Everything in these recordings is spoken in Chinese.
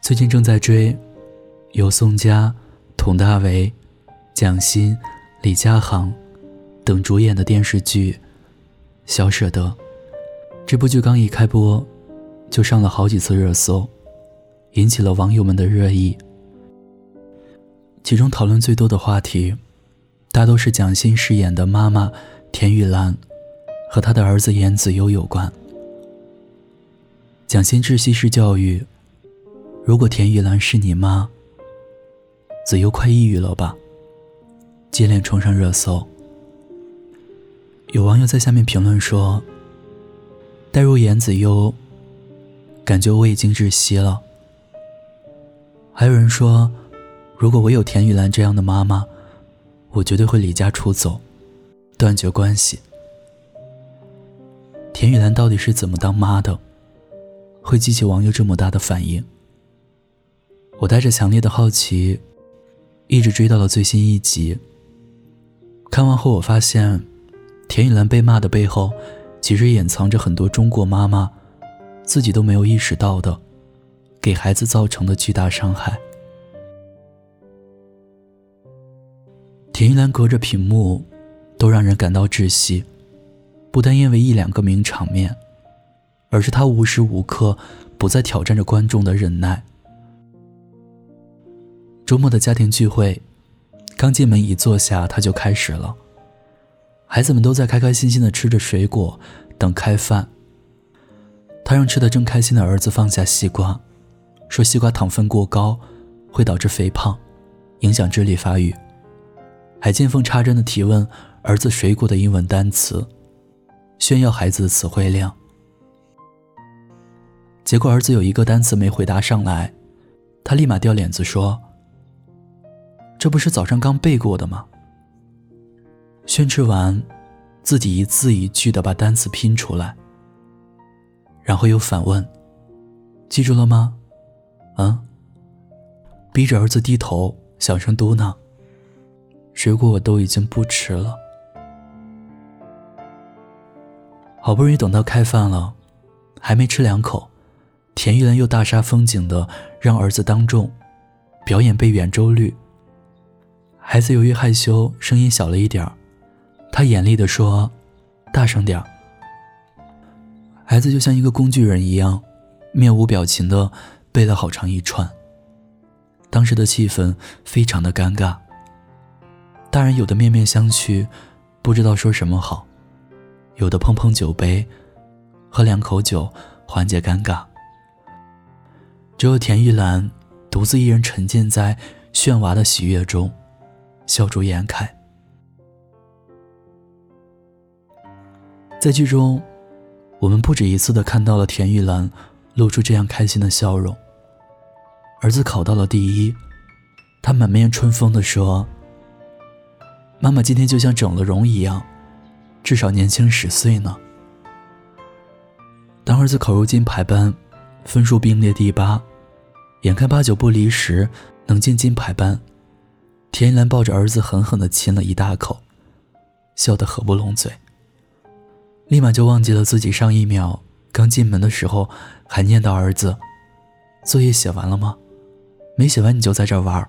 最近正在追由宋佳、佟大为、蒋欣、李佳航等主演的电视剧《小舍得》。这部剧刚一开播就上了好几次热搜，引起了网友们的热议。其中讨论最多的话题大都是蒋欣饰演的妈妈田雨岚和她的儿子严子悠有关。蒋欣致西式教育，如果田雨岚是你妈，子悠快抑郁了吧，接连冲上热搜。有网友在下面评论说，带入严子悠，感觉我已经窒息了。还有人说，如果我有田雨岚这样的妈妈，我绝对会离家出走，断绝关系。田雨岚到底是怎么当妈的，会激起网友这么大的反应？我带着强烈的好奇，一直追到了最新一集。看完后我发现，田雨岚被骂的背后，其实掩藏着很多中国妈妈自己都没有意识到的，给孩子造成的巨大伤害。田雨岚隔着屏幕都让人感到窒息，不单因为一两个名场面，而是她无时无刻不在挑战着观众的忍耐。周末的家庭聚会，刚进门一坐下，她就开始了。孩子们都在开开心心地吃着水果，等开饭。她让吃得正开心的儿子放下西瓜，说西瓜糖分过高，会导致肥胖，影响智力发育。还见缝插针地提问儿子水果的英文单词，炫耀孩子的词汇量。结果儿子有一个单词没回答上来，他立马掉脸子说，这不是早上刚背过的吗？训斥完，自己一字一句地把单词拼出来，然后又反问，记住了吗？逼着儿子低头，小声嘟囔，水果我都已经不吃了。好不容易等到开饭了，还没吃两口，田雨岚又大煞风景的让儿子当众表演背圆周率。孩子由于害羞，声音小了一点，他严厉地说，大声点。孩子就像一个工具人一样，面无表情地背了好长一串。当时的气氛非常的尴尬，大人有的面面相觑，不知道说什么好，有的碰碰酒杯，喝两口酒缓解尴尬。只有田雨岚独自一人沉浸在炫娃的喜悦中，笑逐颜开。在剧中，我们不止一次地看到了田雨岚露出这样开心的笑容。儿子考到了第1，他满面春风地说，妈妈今天就像整了容一样，至少年轻10岁呢。当儿子考入金牌班，分数并列第8，眼看8、9不离10能进金牌班，田雨岚抱着儿子狠狠地亲了一大口，笑得合不拢嘴，立马就忘记了自己上一秒刚进门的时候还念叨儿子，作业写完了吗？没写完你就在这儿玩。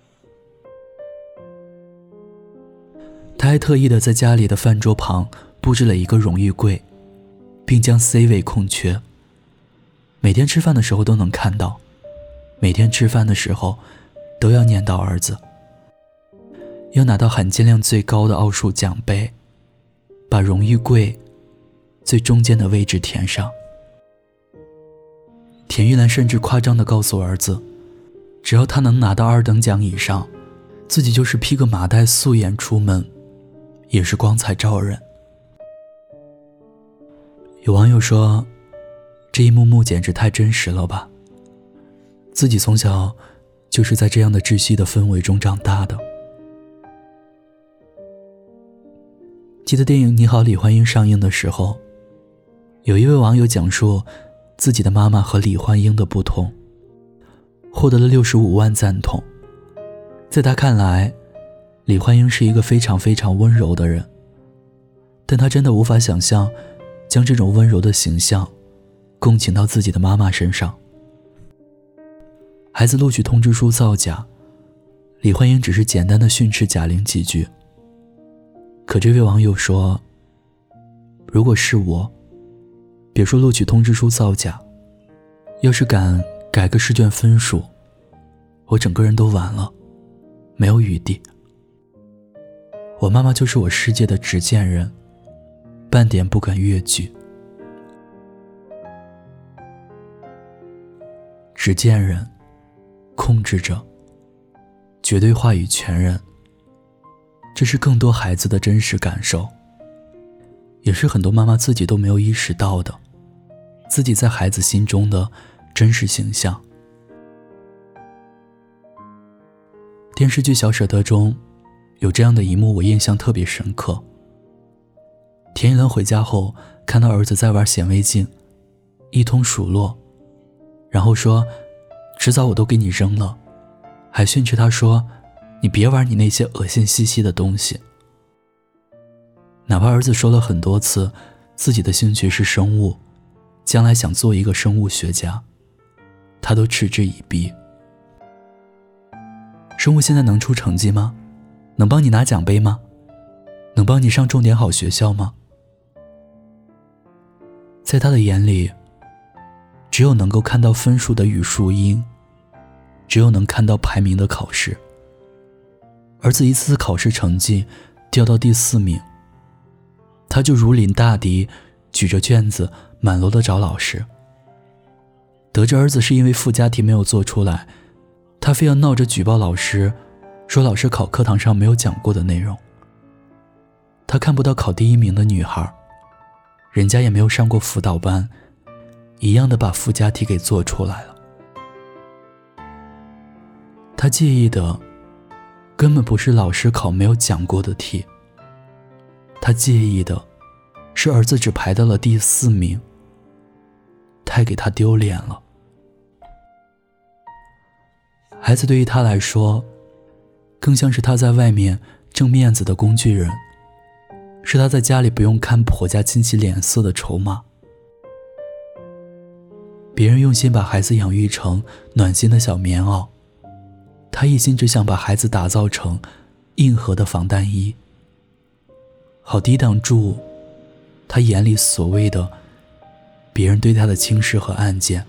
他还特意的在家里的饭桌旁布置了一个荣誉柜，并将 C 位空缺，每天吃饭的时候都能看到，每天吃饭的时候都要念叨儿子，要拿到含金量最高的奥数奖杯，把荣誉柜最中间的位置填上。田雨岚甚至夸张地告诉儿子，只要他能拿到2等奖以上，自己就是披个麻袋素颜出门，也是光彩照人。有网友说，这一幕幕简直太真实了吧，自己从小就是在这样的窒息的氛围中长大的。记得电影《你好，李焕英》上映的时候，有一位网友讲述自己的妈妈和李焕英的不同，获得了65万赞同。在他看来，李焕英是一个非常非常温柔的人，但他真的无法想象将这种温柔的形象共情到自己的妈妈身上。 孩子录取通知书造假，李焕英只是简单的训斥贾玲几句。可这位网友说，如果是我，别说录取通知书造假，要是敢改个试卷分数，我整个人都完了，没有余地。我妈妈就是我世界的执剑人，半点不敢越矩。执剑人，控制者，绝对话语权人，这是更多孩子的真实感受，也是很多妈妈自己都没有意识到的，自己在孩子心中的真实形象。电视剧《小舍得》中有这样的一幕，我印象特别深刻。田一伦回家后看到儿子在玩显微镜，一通数落，然后说迟早我都给你扔了，还训斥他说你别玩你那些恶心兮兮的东西。哪怕儿子说了很多次自己的兴趣是生物，将来想做一个生物学家，他都嗤之以鼻。生物现在能出成绩吗？能帮你拿奖杯吗？能帮你上重点好学校吗？在他的眼里，只有能够看到分数的语数英，只有能看到排名的考试。儿子一次次考试成绩掉到第4名，他就如临大敌，举着卷子满楼的找老师。得知儿子是因为附加题没有做出来，他非要闹着举报老师，说老师考课堂上没有讲过的内容。他看不到考第1名的女孩，人家也没有上过辅导班，一样的把附加题给做出来了。他介意的根本不是老师考没有讲过的题，他介意的是儿子只排到了第4名，太给他丢脸了。孩子对于他来说，更像是他在外面挣面子的工具人，是他在家里不用看婆家亲戚脸色的筹码。别人用心把孩子养育成暖心的小棉袄，他一心只想把孩子打造成硬核的防弹衣，好抵挡住他眼里所谓的别人对他的轻视和暗箭。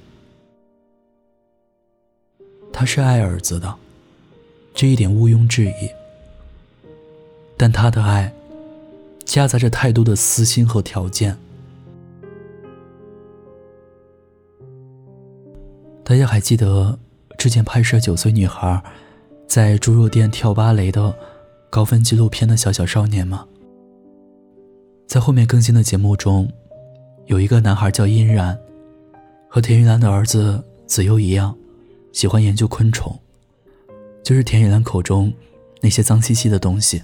他是爱儿子的，这一点毋庸置疑，但他的爱夹杂着太多的私心和条件。大家还记得之前拍摄9岁女孩在猪肉店跳芭蕾的高分纪录片的小小少年吗？在后面更新的节目中，有一个男孩叫殷然，和田玉兰的儿子子悠一样，喜欢研究昆虫，就是田雨岚口中那些脏兮兮的东西。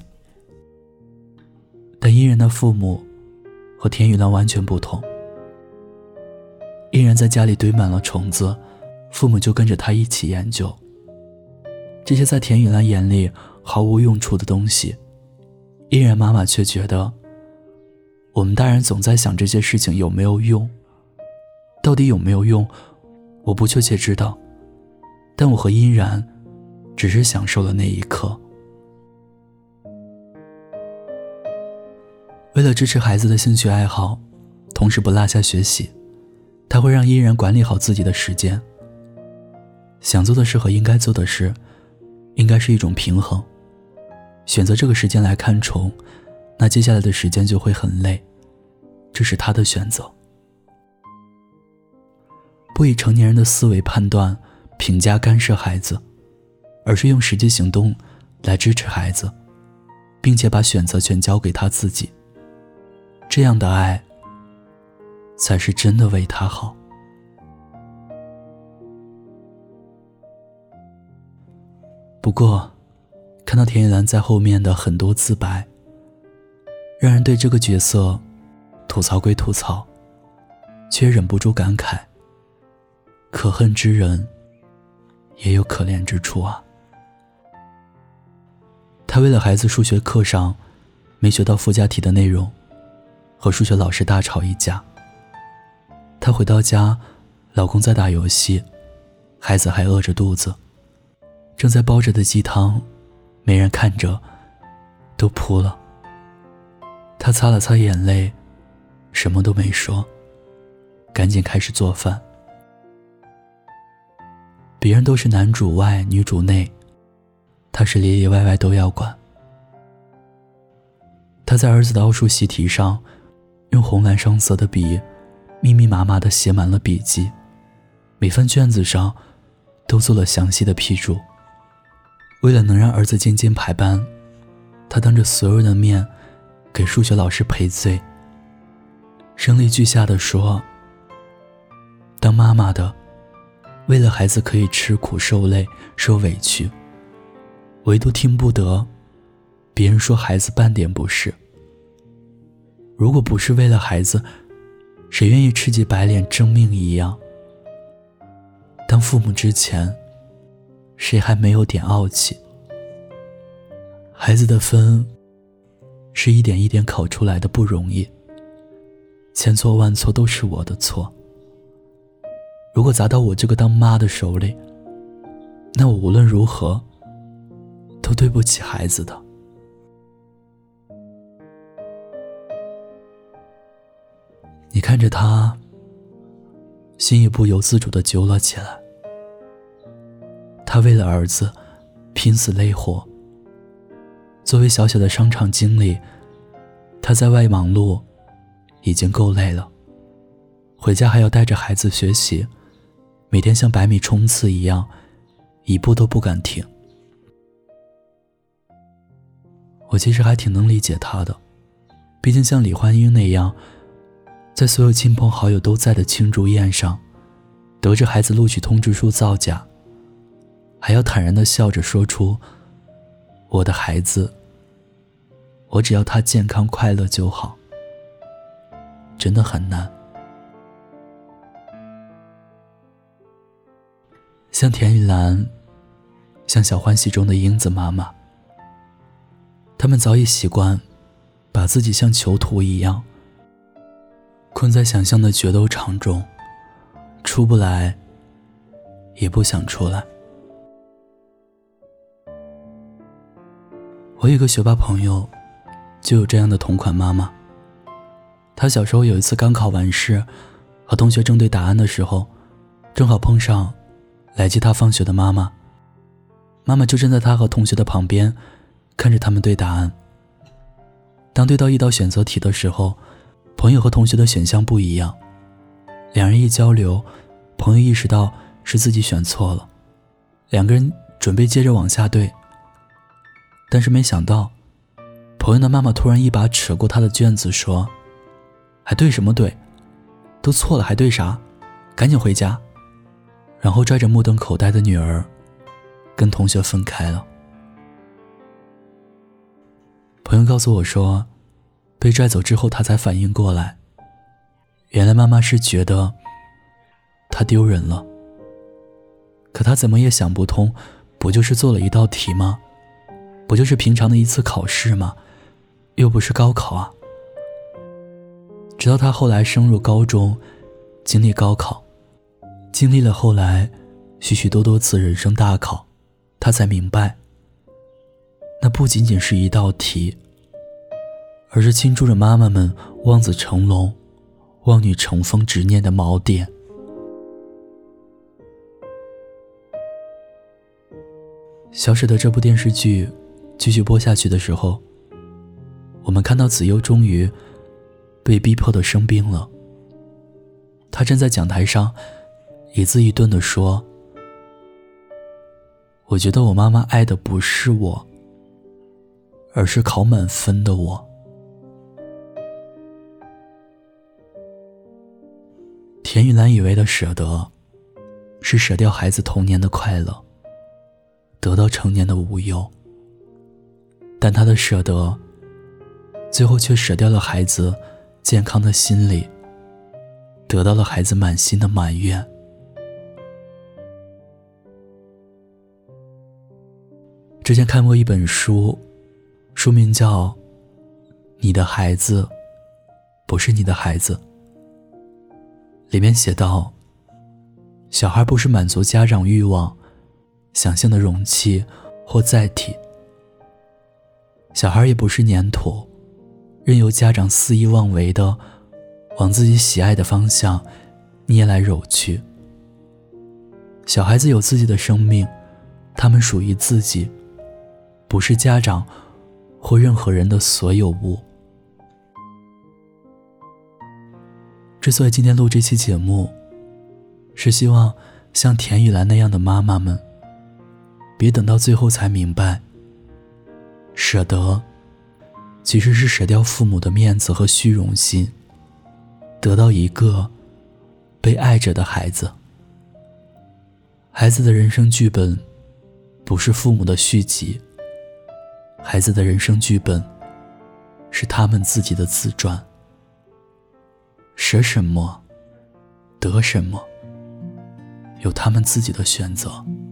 但殷然的父母和田雨岚完全不同。殷然在家里堆满了虫子，父母就跟着他一起研究。这些在田雨岚眼里毫无用处的东西，殷然妈妈却觉得，我们大人总在想这些事情有没有用，到底有没有用，我不确切知道，但我和殷然只是享受了那一刻。为了支持孩子的兴趣爱好，同时不落下学习，他会让殷然管理好自己的时间。想做的事和应该做的事应该是一种平衡，选择这个时间来看虫，那接下来的时间就会很累，这是他的选择。不以成年人的思维判断评价干涉孩子，而是用实际行动来支持孩子，并且把选择权交给他自己。这样的爱才是真的为他好。不过看到田雨岚在后面的很多自白，让人对这个角色吐槽归吐槽，却忍不住感慨，可恨之人也有可怜之处啊。他为了孩子数学课上没学到附加题的内容，和数学老师大吵一架。他回到家，老公在打游戏， 孩子还饿着肚子，正在煲着的鸡汤没人看着都扑了。他擦了擦眼泪，什么都没说，赶紧开始做饭。别人都是男主外女主内，他是里里外外都要管。他在儿子的奥数习题上用红蓝双色的笔密密麻麻地写满了笔记，每份卷子上都做了详细的批注。为了能让儿子渐渐排班，他当着所有人的面给数学老师赔罪，声泪俱下地说，当妈妈的为了孩子可以吃苦受累受委屈，唯独听不得别人说孩子半点不是。如果不是为了孩子，谁愿意吃起白脸争命一样？当父母之前，谁还没有点傲气？孩子的分是一点一点考出来的，不容易，千错万错都是我的错。如果砸到我这个当妈的手里，那我无论如何都对不起孩子的。你看着他，心也不由自主地揪了起来。他为了儿子拼死累活，作为小小的商场经理，他在外忙碌已经够累了，回家还要带着孩子学习，每天像百米冲刺一样，一步都不敢停。我其实还挺能理解他的，毕竟像李焕英那样，在所有亲朋好友都在的庆祝宴上，得知孩子录取通知书造假，还要坦然地笑着说出，我的孩子，我只要他健康快乐就好，真的很难。像田雨岚，像小欢喜中的英子妈妈，他们早已习惯把自己像囚徒一样困在想象的决斗场中，出不来，也不想出来。我有一个学霸朋友，就有这样的同款妈妈。他小时候有一次刚考完试，和同学正对答案的时候，正好碰上来接他放学的妈妈。妈妈就站在他和同学的旁边，看着他们对答案。当对到一道选择题的时候，朋友和同学的选项不一样，两人一交流，朋友意识到是自己选错了，两个人准备接着往下对，但是没想到朋友的妈妈突然一把扯过他的卷子说，还对什么对，都错了还对啥，赶紧回家。然后拽着目瞪口呆的女儿跟同学分开了。朋友告诉我说，被拽走之后他才反应过来，原来妈妈是觉得他丢人了。可他怎么也想不通，不就是做了一道题吗？不就是平常的一次考试吗？又不是高考啊。直到他后来升入高中，经历高考，经历了后来许许多多次人生大考，他才明白，那不仅仅是一道题，而是倾注着妈妈们望子成龙、望女成凤执念的锚点。小舍得这部电视剧继续播下去的时候，我们看到子悠终于被逼迫的生病了。他站在讲台上一字一顿地说，我觉得我妈妈爱的不是我，而是考满分的我。田雨岚以为的舍得，是舍掉孩子童年的快乐，得到成年的无忧，但她的舍得最后却舍掉了孩子健康的心理，得到了孩子满心的埋怨。之前看过一本书，书名叫《你的孩子不是你的孩子》，里面写道， 小孩不是满足家长欲望、想象的容器或载体，小孩也不是粘土，任由家长肆意妄为地往自己喜爱的方向捏来揉去。小孩子有自己的生命，他们属于自己，不是家长或任何人的所有物。之所以今天录这期节目，是希望像田雨岚那样的妈妈们，别等到最后才明白，舍得其实是舍掉父母的面子和虚荣心，得到一个被爱着的孩子。孩子的人生剧本不是父母的续集，孩子的人生剧本是他们自己的自传。舍什么得什么，有他们自己的选择。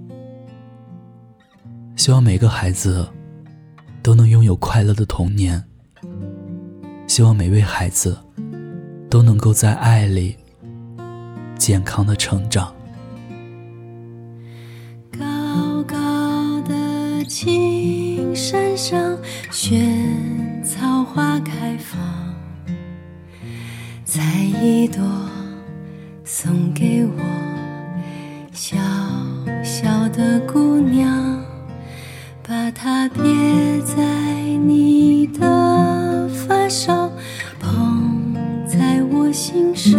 希望每个孩子都能拥有快乐的童年，希望每位孩子都能够在爱里健康的成长。 高高的青山上，萱草花开放，采一朵送给我，小小的姑娘，把它别在你的发梢，捧在我心上，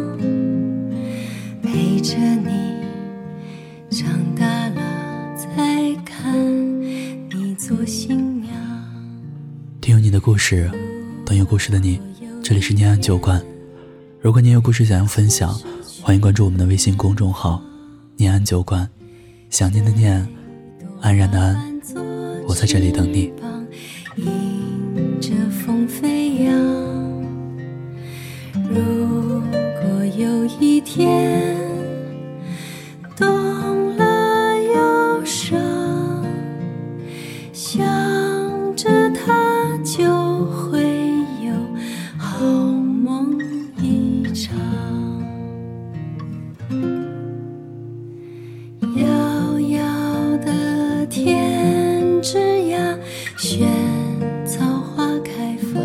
陪着你长大了再看你做新娘。 听有你的故事，等有故事的你，这里是念安酒馆。如果你有故事想要分享，欢迎关注我们的微信公众号念安酒馆，想念的念，安然的安，我在这里等你。 迎着风飞扬，如果有一天动了忧伤，想着它就会有好梦一场。遥遥的天之涯，萱草花开放，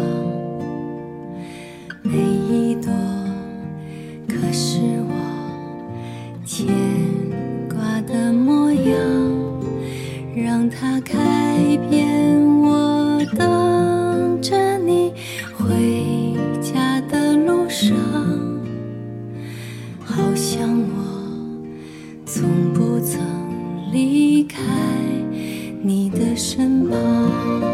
每一朵可是我牵挂的模样，让它开遍我等着你回家的路上，好像我从不曾离开你的身旁。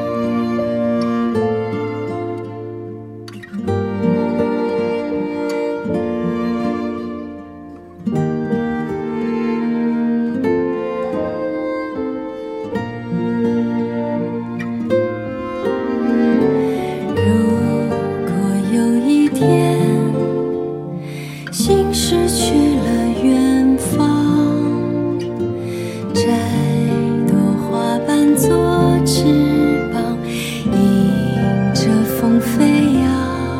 心失去了远方，摘朵花瓣做翅膀，迎着风飞扬。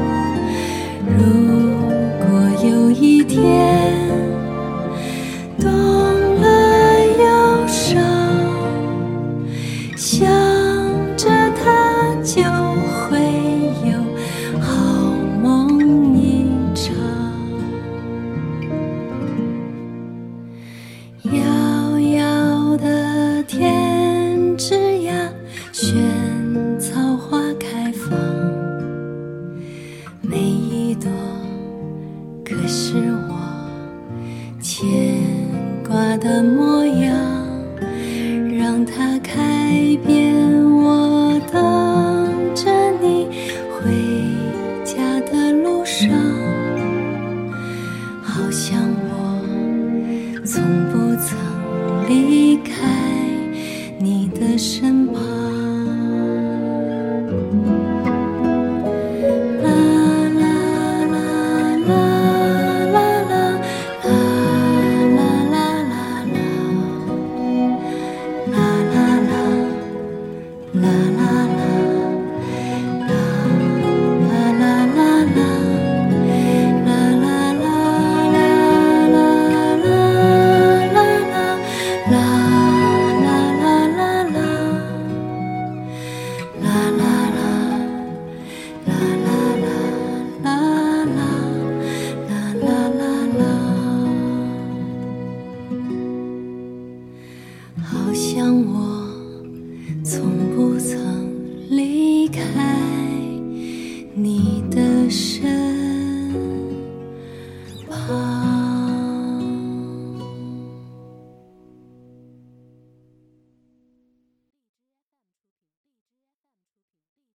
如果有一天动了忧伤，想着它就会有好梦一场。遥遥的天之涯，萱草花开放，每一朵可是我牵挂的模样，让它开遍我等着你回家的路上，好像我从不曾离开你的身旁。啦好像我从不